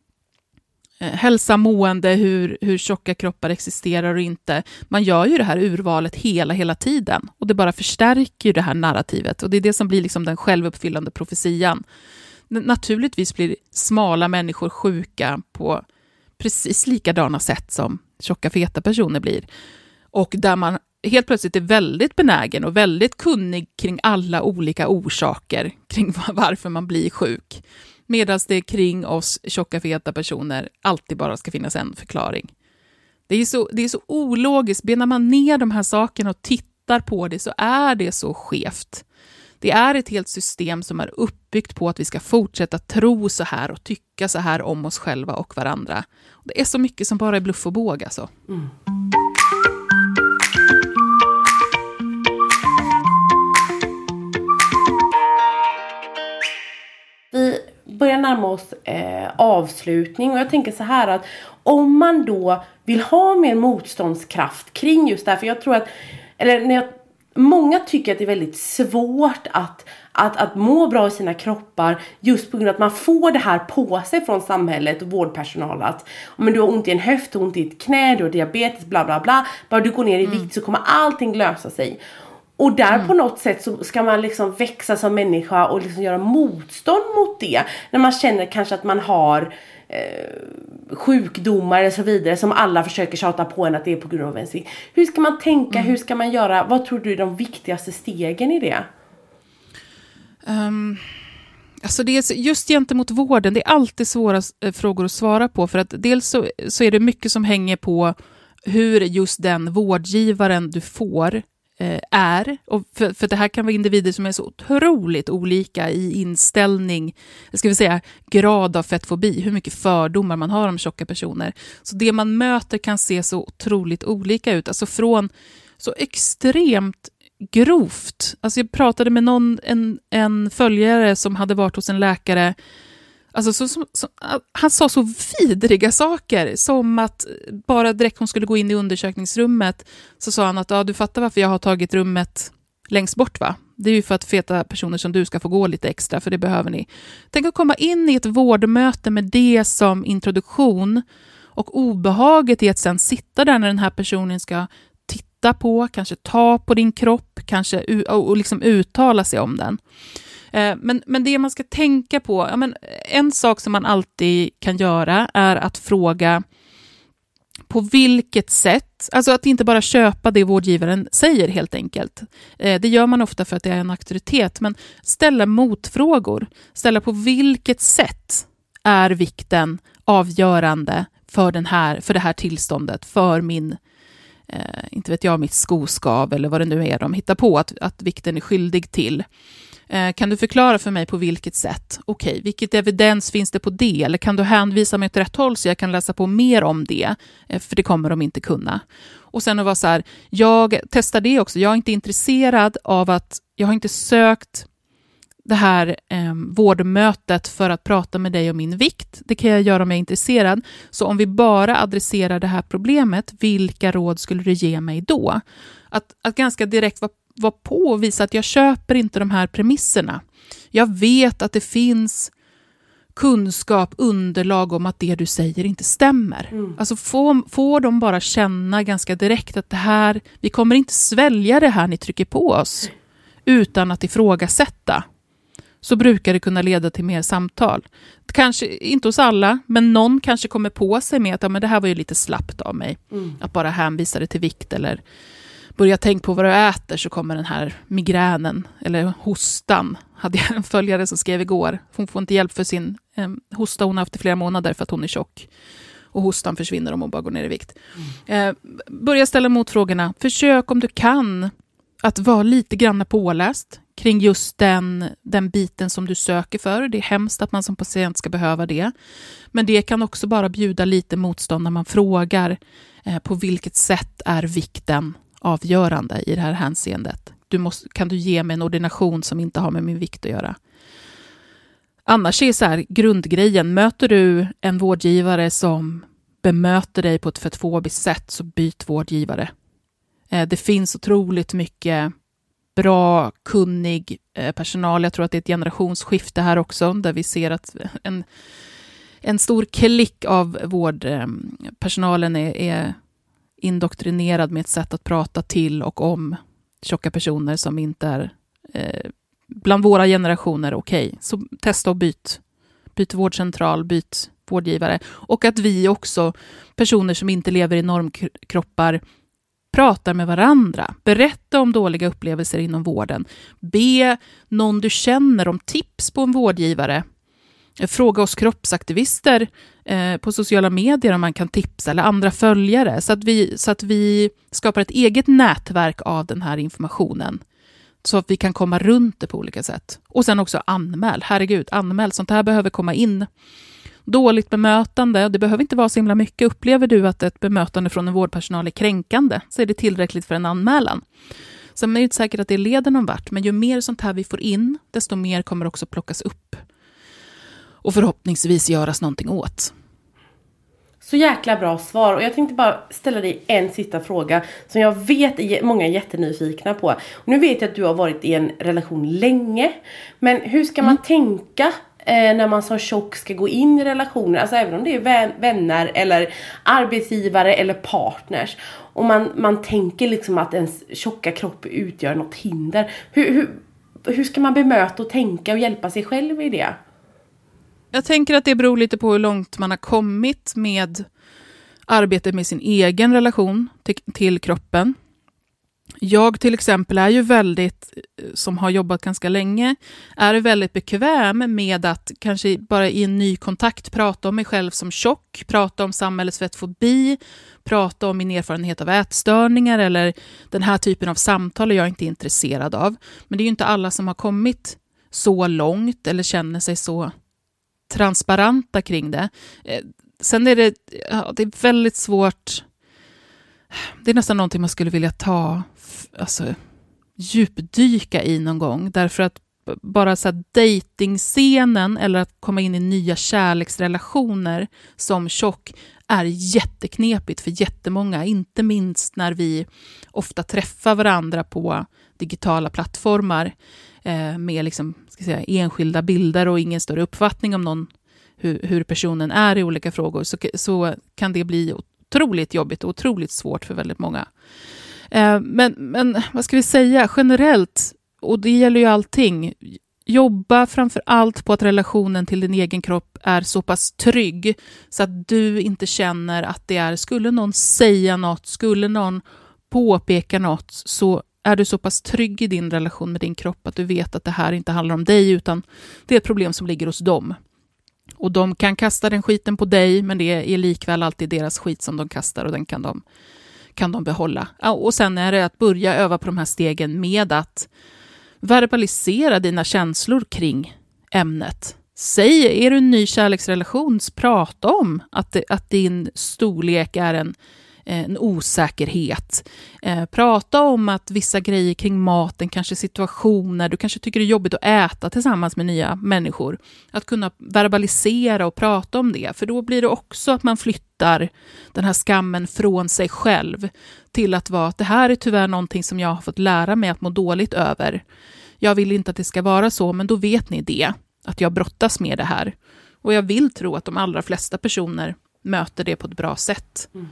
[SPEAKER 2] hälsa, mående, hur tjocka kroppar existerar och inte. Man gör ju det här urvalet hela tiden, och det bara förstärker ju det här narrativet, och det är det som blir liksom den självuppfyllande profetian. Naturligtvis blir smala människor sjuka på precis likadana sätt som tjocka, feta personer blir, och där man helt plötsligt är väldigt benägen och väldigt kunnig kring alla olika orsaker kring varför man blir sjuk. Medan det kring oss tjocka, feta personer alltid bara ska finnas en förklaring. Det är så ologiskt. Benar man ner de här sakerna och tittar på det, så är det så skevt. Det är ett helt system som är uppbyggt på att vi ska fortsätta tro så här och tycka så här om oss själva och varandra. Det är så mycket som bara är bluff och båg alltså.
[SPEAKER 1] Vi börjar närma oss avslutning, och jag tänker så här att om man då vill ha mer motståndskraft kring just det här, för jag tror att, många tycker att det är väldigt svårt att må bra i sina kroppar, just på grund av att man får det här på sig från samhället och vårdpersonal, att men du har ont i en höft, ont i ett knä, du har diabetes, bla bla bla, bara du går ner i vikt så kommer allting lösa sig. Och där på något sätt så ska man liksom växa som människa och liksom göra motstånd mot det. När man känner kanske att man har sjukdomar och så vidare som alla försöker tjata på en att det är på grund av ens vikt. Hur ska man tänka? Hur ska man göra? Vad tror du är de viktigaste stegen i det?
[SPEAKER 2] Alltså det är just gentemot vården, det är alltid svåra frågor att svara på, för att dels så är det mycket som hänger på hur just den vårdgivaren du får är. Och för det här kan vara individer som är så otroligt olika i inställning, ska vi säga grad av fettfobi, hur mycket fördomar man har om tjocka personer. Så det man möter kan se så otroligt olika ut. Alltså från så extremt grovt. Alltså jag pratade med en följare som hade varit hos en läkare. Alltså han sa så vidriga saker, som att bara direkt hon skulle gå in i undersökningsrummet så sa han att du fattar varför jag har tagit rummet längst bort, va? Det är ju för att feta personer som du ska få gå lite extra, för det behöver ni. Tänk att komma in i ett vårdmöte med det som introduktion och obehaget i att sen sitta där när den här personen ska titta på, kanske ta på din kropp, kanske och liksom uttala sig om den. Men det man ska tänka på, en sak som man alltid kan göra är att fråga på vilket sätt, alltså att inte bara köpa det vårdgivaren säger helt enkelt. Det gör man ofta för att det är en auktoritet, men ställa motfrågor. Ställa på vilket sätt är vikten avgörande för det här tillståndet, för min inte vet jag, mitt skoskav eller vad det nu är de hittar på att vikten är skyldig till. Kan du förklara för mig på vilket sätt? Okej, vilket evidens finns det på det? Eller kan du hänvisa mig åt rätt håll så jag kan läsa på mer om det? För det kommer de inte kunna. Och sen att vara så här, jag testar det också. Jag är inte intresserad av jag har inte sökt det här vårdmötet för att prata med dig om min vikt. Det kan jag göra om jag är intresserad. Så om vi bara adresserar det här problemet, vilka råd skulle du ge mig då? Att ganska direkt vara på och visa att jag köper inte de här premisserna. Jag vet att det finns kunskap, underlag om att det du säger inte stämmer. Alltså får de bara känna ganska direkt att det här, vi kommer inte svälja det här ni trycker på oss utan att ifrågasätta. Så brukar det kunna leda till mer samtal. Kanske inte hos alla, men någon kanske kommer på sig med att men det här var ju lite slappt av mig. Att bara hänvisa det till vikt eller börja tänka på vad du äter så kommer den här migränen eller hostan. Hade jag en följare som skrev igår. Hon får inte hjälp för sin hosta hon har haft i flera månader för att hon är tjock. Och hostan försvinner om hon bara går ner i vikt. Börja ställa motfrågorna. Försök om du kan att vara lite grann påläst kring just den biten som du söker för. Det är hemskt att man som patient ska behöva det. Men det kan också bara bjuda lite motstånd när man frågar på vilket sätt är vikten avgörande i det här hänseendet. Kan du ge mig en ordination som inte har med min vikt att göra? Annars är så här grundgrejen. Möter du en vårdgivare som bemöter dig på ett fettfobiskt sätt så byt vårdgivare. Det finns otroligt mycket bra, kunnig personal. Jag tror att det är ett generationsskifte här också där vi ser att en stor klick av vårdpersonalen är indoktrinerad med ett sätt att prata till och om tjocka personer som inte är bland våra generationer okej. Så testa och byt vårdcentral, byt vårdgivare. Och att vi också, personer som inte lever i normkroppar, pratar med varandra. Berätta om dåliga upplevelser inom vården. Be någon du känner om tips på en vårdgivare. Fråga oss kroppsaktivister på sociala medier om man kan tipsa eller andra följare. Så att vi skapar ett eget nätverk av den här informationen. Så att vi kan komma runt det på olika sätt. Och sen också anmäl. Herregud, anmäl. Sånt här behöver komma in. Dåligt bemötande, det behöver inte vara så himla mycket. Upplever du att ett bemötande från en vårdpersonal är kränkande så är det tillräckligt för en anmälan. Sen är det inte säkert att det leder någon vart, men ju mer sånt här vi får in, desto mer kommer också plockas upp. Och förhoppningsvis göras någonting åt.
[SPEAKER 1] Så jäkla bra svar. Och jag tänkte bara ställa dig en sista fråga som jag vet många är jättenyfikna på. Och nu vet jag att du har varit i en relation länge. Men hur ska man tänka när man som tjock ska gå in i relationer? Alltså även om det är vänner eller arbetsgivare eller partners. Och man tänker liksom att ens tjocka kropp utgör något hinder. Hur ska man bemöta och tänka och hjälpa sig själv i det?
[SPEAKER 2] Jag tänker att det beror lite på hur långt man har kommit med arbetet med sin egen relation till kroppen. Jag till exempel är ju väldigt, som har jobbat ganska länge, är väldigt bekväm med att kanske bara i en ny kontakt prata om mig själv som tjock, prata om samhällets fettfobi, prata om min erfarenhet av ätstörningar eller den här typen av samtal är jag inte intresserad av. Men det är ju inte alla som har kommit så långt eller känner sig så transparenta kring det. Sen är det är väldigt svårt. Det är nästan någonting man skulle vilja djupdyka i någon gång. Därför att bara så här dejtingscenen eller att komma in i nya kärleksrelationer som tjock är jätteknepigt för jättemånga. Inte minst när vi ofta träffar varandra på digitala plattformar med liksom, enskilda bilder och ingen större uppfattning om någon, hur personen är i olika frågor. Så kan det bli otroligt jobbigt och otroligt svårt för väldigt många. Men vad ska vi säga generellt, och det gäller ju allting, jobba framför allt på att relationen till din egen kropp är så pass trygg så att du inte känner att det är, skulle någon säga något, skulle någon påpeka något, så är du så pass trygg i din relation med din kropp att du vet att det här inte handlar om dig utan det är ett problem som ligger hos dem. Och de kan kasta den skiten på dig, men det är likväl alltid deras skit som de kastar och den kan de behålla. Och sen är det att börja öva på de här stegen med att verbalisera dina känslor kring ämnet. Säg, är du en ny kärleksrelation, prata om att din storlek är en osäkerhet. Prata om att vissa grejer kring maten, kanske situationer, du kanske tycker det är jobbigt att äta tillsammans med nya människor. Att kunna verbalisera och prata om det, för då blir det också att man flyttar den här skammen från sig själv till att vara att det här är tyvärr någonting som jag har fått lära mig att må dåligt över. Jag vill inte att det ska vara så, men då vet ni det, att jag brottas med det här. Och jag vill tro att de allra flesta personer möter det på ett bra sätt. Mm.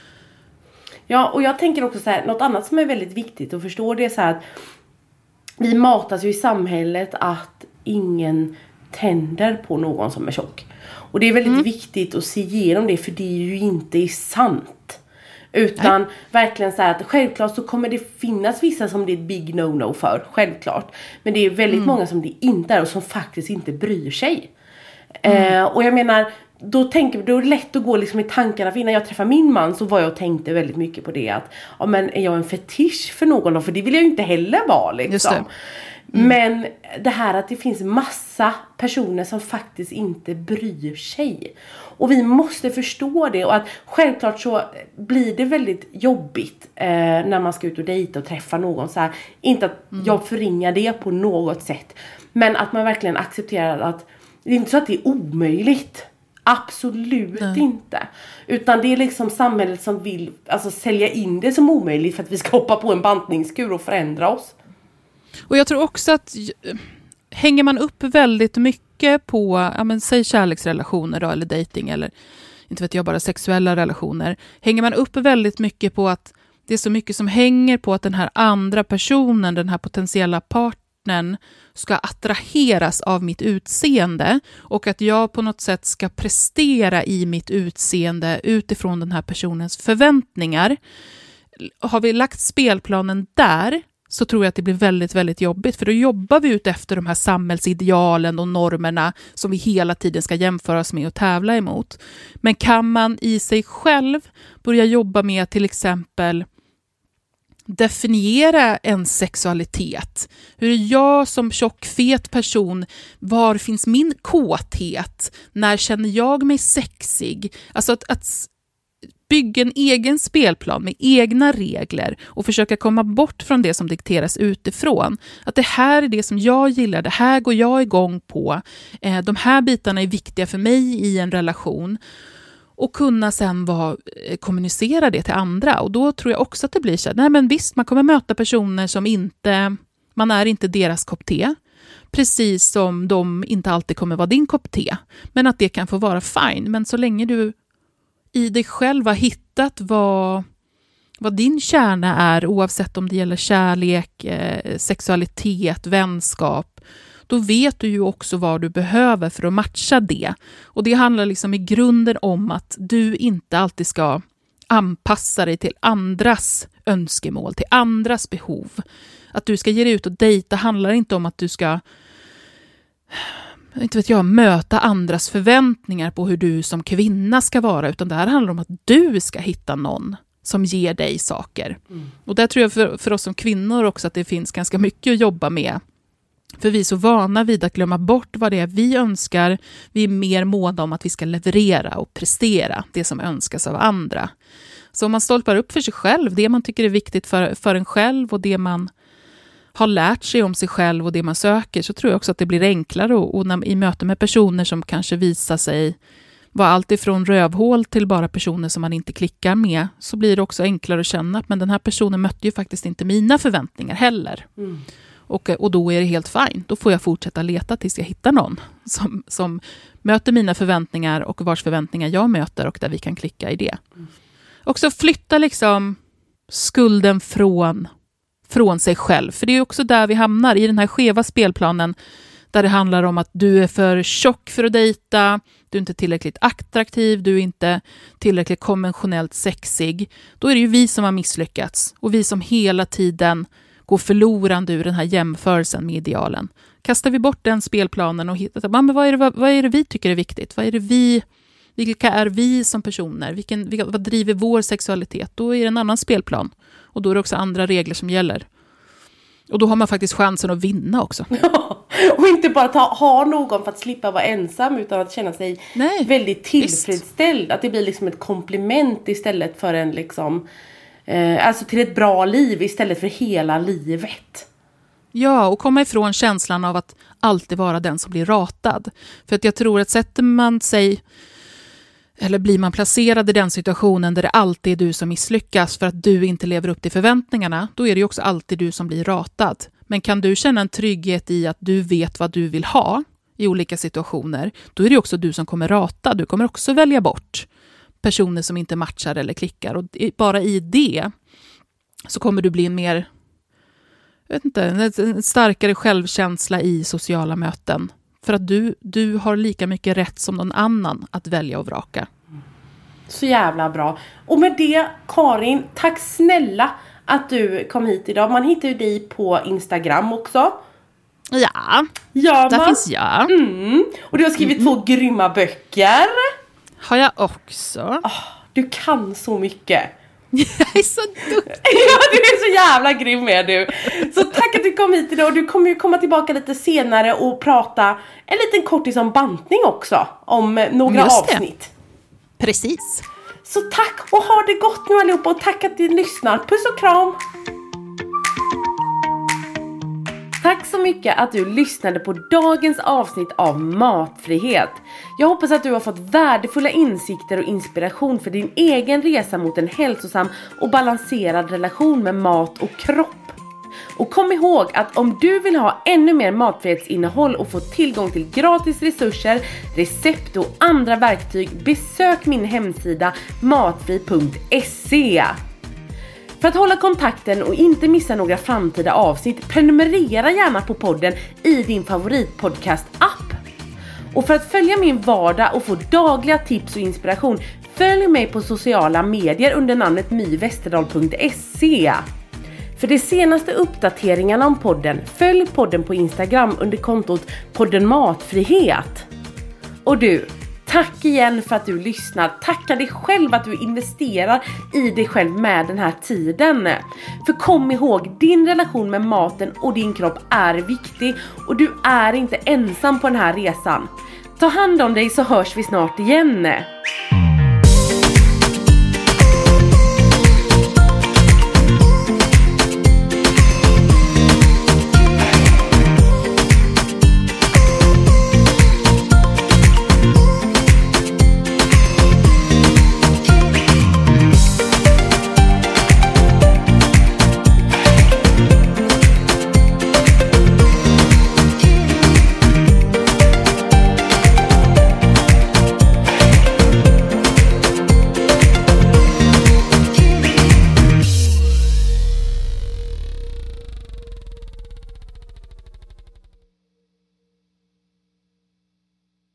[SPEAKER 1] Ja, och jag tänker också så här, något annat som är väldigt viktigt att förstå, det är så här att vi matas ju i samhället att ingen tänder på någon som är tjock. Och det är väldigt viktigt att se igenom det, för det är ju inte sant. Utan verkligen så här att självklart så kommer det finnas vissa som det är ett big no-no för, självklart. Men det är väldigt många som det inte är och som faktiskt inte bryr sig. Och jag menar, då är det lätt att gå liksom i tankarna, för innan jag träffade min man så var jag och tänkte väldigt mycket på det att, ja, men är jag en fetisch för någon då? För det vill jag ju inte heller vara liksom. Men det här att det finns massa personer som faktiskt inte bryr sig. Och vi måste förstå det, och att självklart så blir det väldigt jobbigt när man ska ut och dejta och träffa någon så här. Inte att jag förringar det på något sätt, men att man verkligen accepterar att det är inte så att det är omöjligt. Absolut inte. Utan det är liksom samhället som vill sälja in det som omöjligt för att vi ska hoppa på en bantningskur och förändra oss.
[SPEAKER 2] Och jag tror också att hänger man upp väldigt mycket på, säg kärleksrelationer då, eller dating, eller inte vet jag, bara sexuella relationer. Hänger man upp väldigt mycket på att det är så mycket som hänger på att den här andra personen, den här potentiella partnern, ska attraheras av mitt utseende, och att jag på något sätt ska prestera i mitt utseende utifrån den här personens förväntningar. Har vi lagt spelplanen där, så tror jag att det blir väldigt, väldigt jobbigt, för då jobbar vi ut efter de här samhällsidealen och normerna som vi hela tiden ska jämföras med och tävla emot. Men kan man i sig själv börja jobba med till exempel definiera en sexualitet. Hur är jag som tjock, fet person? Var finns min kåthet? När känner jag mig sexig? Alltså att bygga en egen spelplan med egna regler och försöka komma bort från det som dikteras utifrån. Att det här är det som jag gillar, det här går jag igång på. De här bitarna är viktiga för mig i en relation. Och kunna sen kommunicera det till andra. Och då tror jag också att det blir så här, nej men visst, man kommer möta personer som man är inte deras kopp te. Precis som de inte alltid kommer vara din kopp te. Men att det kan få vara fine. Men så länge du i dig själv har hittat vad din kärna är, oavsett om det gäller kärlek, sexualitet, vänskap, då vet du ju också vad du behöver för att matcha det. Och det handlar liksom i grunden om att du inte alltid ska anpassa dig till andras önskemål, till andras behov. Att du ska ge dig ut och dejta handlar inte om att du ska, inte vet jag, möta andras förväntningar på hur du som kvinna ska vara, utan det här handlar om att du ska hitta någon som ger dig saker. Och där tror jag för oss som kvinnor också att det finns ganska mycket att jobba med. För vi är så vana vid att glömma bort vad det är vi önskar. Vi är mer måna om att vi ska leverera och prestera det som önskas av andra. Så om man stolpar upp för sig själv, det man tycker är viktigt för en själv och det man har lärt sig om sig själv och det man söker, så tror jag också att det blir enklare och i möte med personer som kanske visar sig vara allt ifrån rövhål till bara personer som man inte klickar med, så blir det också enklare att känna att men den här personen mötte ju faktiskt inte mina förväntningar heller. Och då är det helt fint. Då får jag fortsätta leta tills jag hittar någon som möter mina förväntningar och vars förväntningar jag möter och där vi kan klicka i det. Också flytta liksom skulden från sig själv. För det är också där vi hamnar i den här skeva spelplanen där det handlar om att du är för tjock för att dejta, du är inte tillräckligt attraktiv, du är inte tillräckligt konventionellt sexig. Då är det ju vi som har misslyckats och vi som hela tiden går förlorande ur den här jämförelsen med idealen. Kastar vi bort den spelplanen och hittar men vad är det vi tycker är viktigt? Vilka är vi som personer? Vad driver vår sexualitet? Då är det en annan spelplan. Och då är det också andra regler som gäller. Och då har man faktiskt chansen att vinna också.
[SPEAKER 1] Och inte bara ha någon för att slippa vara ensam, utan att känna sig väldigt tillfredsställd. Visst. Att det blir liksom ett komplement istället för en liksom, alltså till ett bra liv istället för hela livet.
[SPEAKER 2] Ja, och komma ifrån känslan av att alltid vara den som blir ratad. För att jag tror att sätter man sig, eller blir man placerad i den situationen där det alltid är du som misslyckas för att du inte lever upp till förväntningarna, då är det ju också alltid du som blir ratad. Men kan du känna en trygghet i att du vet vad du vill ha i olika situationer, då är det också du som kommer rata. Du kommer också välja bort personer som inte matchar eller klickar. Och bara i det så kommer du bli en starkare självkänsla i sociala möten. För att du har lika mycket rätt som någon annan att välja och vraka.
[SPEAKER 1] Så jävla bra. Och med det, Karin, tack snälla att du kom hit idag. Man hittar ju dig på Instagram också. Ja,
[SPEAKER 2] där finns jag.
[SPEAKER 1] Och du har skrivit 2 grymma böcker.
[SPEAKER 2] Har jag också.
[SPEAKER 1] Du kan så mycket.
[SPEAKER 2] Jag är så duktig.
[SPEAKER 1] Ja, du är så jävla grym med du. Så tack att du kom hit idag. Och du kommer ju komma tillbaka lite senare och prata en liten kortis om bantning också. Om några avsnitt.
[SPEAKER 2] Precis.
[SPEAKER 1] Så tack och ha det gott nu allihopa. Och tack att ni lyssnar. Puss och kram. Tack så mycket att du lyssnade på dagens avsnitt av Matfrihet. Jag hoppas att du har fått värdefulla insikter och inspiration för din egen resa mot en hälsosam och balanserad relation med mat och kropp. Och kom ihåg att om du vill ha ännu mer matfrihetsinnehåll och få tillgång till gratis resurser, recept och andra verktyg, besök min hemsida matfri.se. För att hålla kontakten och inte missa några framtida avsnitt, prenumerera gärna på podden i din favoritpodcast-app. Och för att följa min vardag och få dagliga tips och inspiration, följ mig på sociala medier under namnet myvesterdal.se. För de senaste uppdateringarna om podden, följ podden på Instagram under kontot podden Matfrihet. Och du, tack igen för att du lyssnar. Tacka dig själv att du investerar i dig själv med den här tiden. För kom ihåg, din relation med maten och din kropp är viktig. Och du är inte ensam på den här resan. Ta hand om dig så hörs vi snart igen.